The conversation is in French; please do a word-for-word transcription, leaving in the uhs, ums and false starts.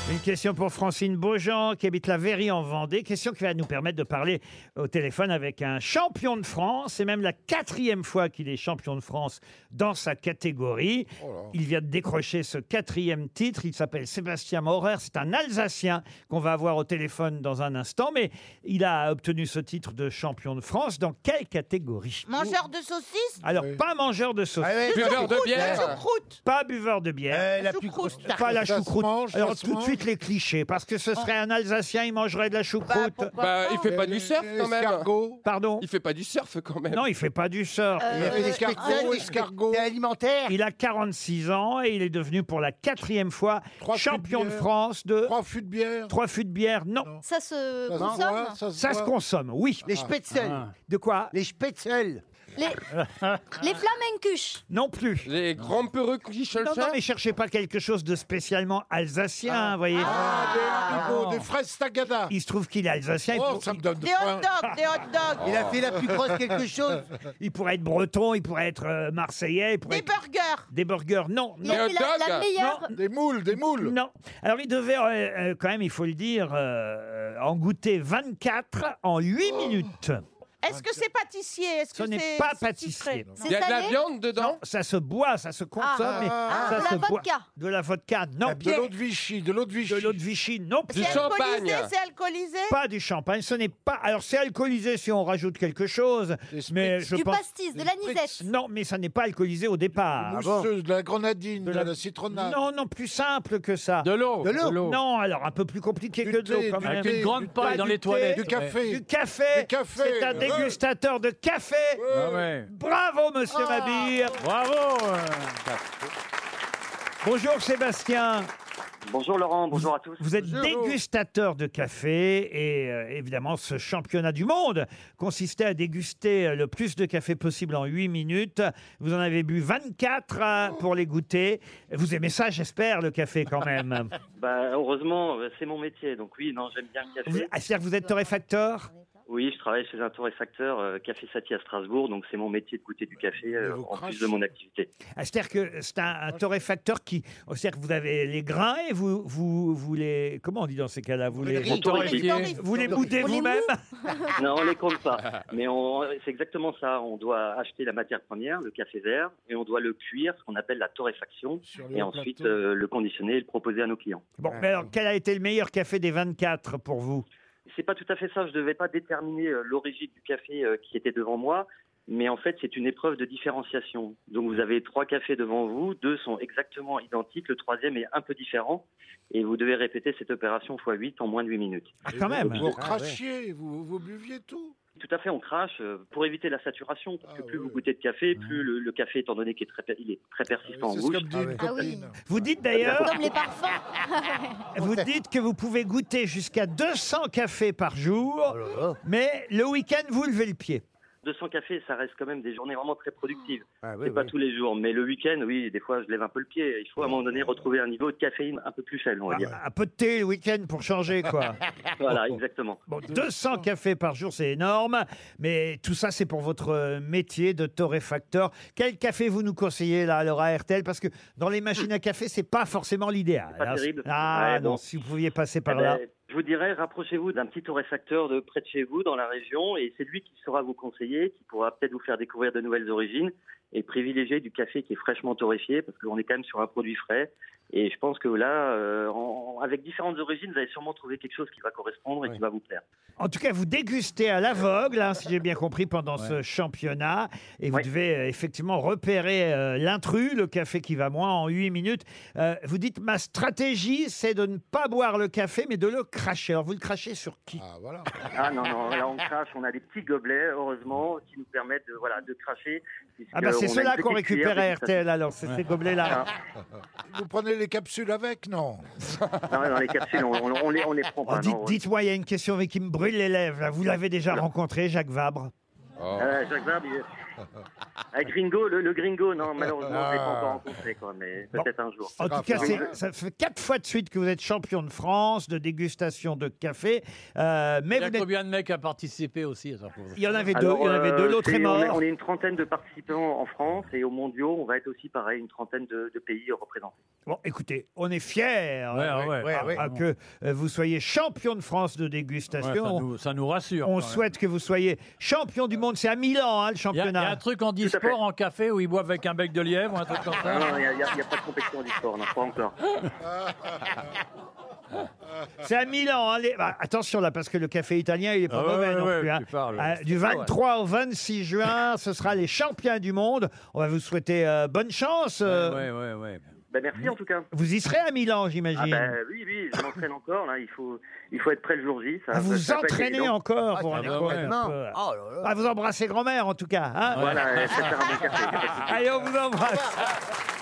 Une question pour Francine Beaujean, qui habite la Verrie en Vendée. Question qui va nous permettre de parler au téléphone avec un champion de France. C'est même la quatrième fois qu'il est champion de France dans sa catégorie. Oh Il vient de décrocher ce quatrième titre. Il s'appelle Sébastien Maurer. C'est un Alsacien qu'on va avoir au téléphone dans un instant. Mais il a obtenu ce titre de champion de France. Dans quelle catégorie? Mangeur de saucisses? Alors, Oui. pas mangeur de saucisses. Ah ouais, Buveur de La bière. choucroute. Pas buveur de bière. Euh, la Choucroute. plus grosse tarte. Pas la Ça se choucroute. mange, ça Alors se tout de mange. suite les clichés, parce que ce serait un Alsacien, il mangerait de la choucroute. pourquoi Bah, il fait pas Les- du surf les quand même. escargots. Pardon. Il fait pas du surf quand même. Non, il fait pas du surf. Il y a Euh, des escargots, escargots. C'est alimentaire. Il a quarante-six ans et il est devenu pour la quatrième fois Trois fûts de champion de bière. France de Trois fûts de bière. trois fûts de bière. Non, Non. Ça se Ça se consomme. boit, ça se ça se boit. consomme, oui. Les spätzle. De quoi? Les spätzle. Les, les flamencuches. Non plus. Les grands peureux qui Non, non, mais cherchez pas quelque chose de spécialement alsacien, vous voyez. Ah, des haricots, des fraises tagada. Il se trouve qu'il est alsacien, il, Oh, pour- ça me donne Des hot faim. dogs, des hot dogs. Il a fait la plus grosse quelque chose. il pourrait être breton, il pourrait être euh, marseillais, il pourrait Des être burgers. des burgers. Non, Il non. a hot fait la, la dog. meilleure. Des moules, des moules. Non. Alors, il devait euh, euh, quand même, il faut le dire, euh, en goûter vingt-quatre en huit minutes. Est-ce que c'est pâtissier? Est-ce Ce que n'est c'est pas c'est pâtissier. sucré? Il C'est y a de la salé. viande dedans. Non, ça se boit, ça se consomme, Ah. mais Ah. ça De se la boit. vodka. De la vodka, non. De l'eau de Vichy, de l'eau de Vichy. De l'eau de Vichy, non. Du C'est alcoolisé, champagne. c'est alcoolisé. Pas du champagne, ce n'est pas. Alors, c'est alcoolisé si on rajoute quelque chose, Des spritz. mais je Du pense. pastis, de Des l'anisette. spritz. Non, mais ça n'est pas alcoolisé au départ. Mousseuse, de la grenadine, De de la- la, citronnade. Non, non, plus simple que ça. De l'eau. De l'eau. Non, alors un peu plus compliqué Du que de l'eau thé, quand du même. thé, Une grande du paille thé, dans du les thé, toilettes. Du café. Du café. Du café. C'est un Ouais. dégustateur de café. Ah ouais. Bravo, monsieur Mabir. Bravo. Bonjour, Sébastien. Bonjour Laurent, bonjour à tous. Vous êtes Bonjour. dégustateur de café et euh, évidemment ce championnat du monde consistait à déguster euh, le plus de café possible en huit minutes. Vous en avez bu vingt-quatre euh, pour les goûter. Vous aimez ça, j'espère, le café quand même. Bah, heureusement, euh, c'est mon métier, donc oui, non, j'aime bien le Vous- café. ah, C'est-à-dire que vous êtes torréfacteur? Oui, je travaille chez un torréfacteur, euh, Café Satie à Strasbourg, donc c'est mon métier de goûter du café euh, Mais vous en plus crachez. de mon activité. Ah, c'est-à-dire que c'est un, un torréfacteur qui... oh, C'est-à-dire que vous avez les grains et vous, vous, vous les... Comment on dit dans ces cas-là? Vous les, les Mon torréfié. Torréfié. vous les boudez On les vous-même? Non, on les compte pas. Mais on- c'est exactement ça. On doit acheter la matière première, le café vert, et on doit le cuire, ce qu'on appelle la torréfaction, Sur le et ensuite plateau. euh, le conditionner et le proposer à nos clients. Bon, mais alors, quel a été le meilleur café des vingt-quatre pour vous? C'est pas tout à fait ça. Je devais pas déterminer euh, l'origine du café euh, qui était devant moi, mais en fait, c'est une épreuve de différenciation. Donc, vous avez trois cafés devant vous, deux sont exactement identiques, le troisième est un peu différent, et vous devez répéter cette opération fois huit en moins de huit minutes. Ah, quand même. Vous crachiez, vous, vous buviez tout. Tout à fait, on crache euh, pour éviter la saturation, parce que Ah plus ouais. vous goûtez de café, plus le, le café, étant donné qu'il est très, per- il est très persistant en C'est ce bouche. que me dit une Ah oui. copine. Vous dites d'ailleurs, Comme les parfums. vous dites que vous pouvez goûter jusqu'à deux cents cafés par jour, Oh là là. mais le week-end, vous levez le pied. deux cents cafés, ça reste quand même des journées vraiment très productives. Ah, oui, C'est pas oui. tous les jours, mais le week-end, oui, des fois, je lève un peu le pied. Il faut à un moment donné retrouver un niveau de caféine un peu plus faible, on va dire. Un peu de thé le week-end pour changer, quoi. Voilà, exactement. Bon, deux cents cafés par jour, c'est énorme, mais tout ça, c'est pour votre euh, métier de torréfacteur. Quel café vous nous conseillez, là, alors à R T L? Parce que dans les machines à café, c'est pas forcément l'idéal. C'est pas hein. terrible. Ah Ouais, non, bon. si vous pouviez passer par Eh là. ben, je vous dirais, rapprochez-vous d'un petit torréfacteur de près de chez vous, dans la région, et c'est lui qui saura vous conseiller, qui pourra peut-être vous faire découvrir de nouvelles origines, et privilégier du café qui est fraîchement torréfié, parce qu'on est quand même sur un produit frais. Et je pense que là, euh, en- avec différentes origines, vous allez sûrement trouver quelque chose qui va correspondre et qui va vous plaire. En tout cas, vous dégustez à l'aveugle, hein, si j'ai bien compris, pendant ce championnat. Et vous Ouais. devez euh, effectivement repérer euh, l'intrus, le café qui va moins, en huit minutes. Euh, vous dites, ma stratégie, c'est de ne pas boire le café, mais de le cracher. Alors, vous le crachez sur qui? Ah, voilà. Ah non, non, là on crache, on a des petits gobelets, heureusement, qui nous permettent de, voilà, de cracher. puisque Ah bah c'est on a ceux-là une qu'on petite récupère cuillère à R T L, alors, c'est ces gobelets-là. Ah, Vous prenez les capsules avec? Non. non, dans les capsules, on, on, on les, on les prend Oh, pas. dites- non. Dites-moi, il y a une question mais qui me brûle les lèvres. là. Vous l'avez déjà rencontré, Jacques Vabre? Euh, Jacques Vabre, il- Ah, Gringo, le, le Gringo, non, malheureusement, je ne l'ai pas encore rencontré, quoi, mais peut-être un jour. En tout cas, c'est- ça fait quatre fois de suite que vous êtes champion de France de dégustation de café. Euh, mais Il y vous a n'êtes- combien de mecs à participer aussi ça, faut- il y en avait deux. Alors, Il y en avait euh, deux. L'autre est c'est- on, est, mort. on est une trentaine de participants en France et aux mondiaux, on va être aussi pareil, une trentaine de, de pays représentés. Bon, écoutez, on est fiers Ouais, euh, ouais, ouais, ah, ouais. ah, que euh, vous soyez champion de France de Ouais, dégustation. ça, On- nous, ça nous rassure. On quand même. souhaite que vous soyez champion du monde. C'est à Milan, hein, le Il y, a, il y championnat. a un truc en fait. e-sport en café où ils boivent avec un bec de lièvre ou un truc comme ça. Non, non, il n'y a, il y a- il y a pas de compétition du sport, non, pas encore. C'est à Milan. Hein, les- bah, attention là, parce que le café italien, il est pas Ah ouais, mauvais ouais, non ouais, plus. hein. tu parles. Euh, du vingt-trois au vingt-six juin, ce sera les champions du monde. On va vous souhaiter euh, bonne chance. euh, Ouais, ouais, ouais. Ben, merci en tout cas. Vous y serez à Milan, Ah j'imagine. ben oui, oui, je m'entraîne encore, là, il faut, il faut être prêt le jour J. Ça, Ah, vous ça va pas être entraînez évident. encore Ah, pour ça un va, écho, ouais. un Non. peu. Oh là là. Ah, vous embrassez grand-mère en tout cas. hein. Voilà, faites faire un bon café, y a pas de souci. Allez, on vous embrasse.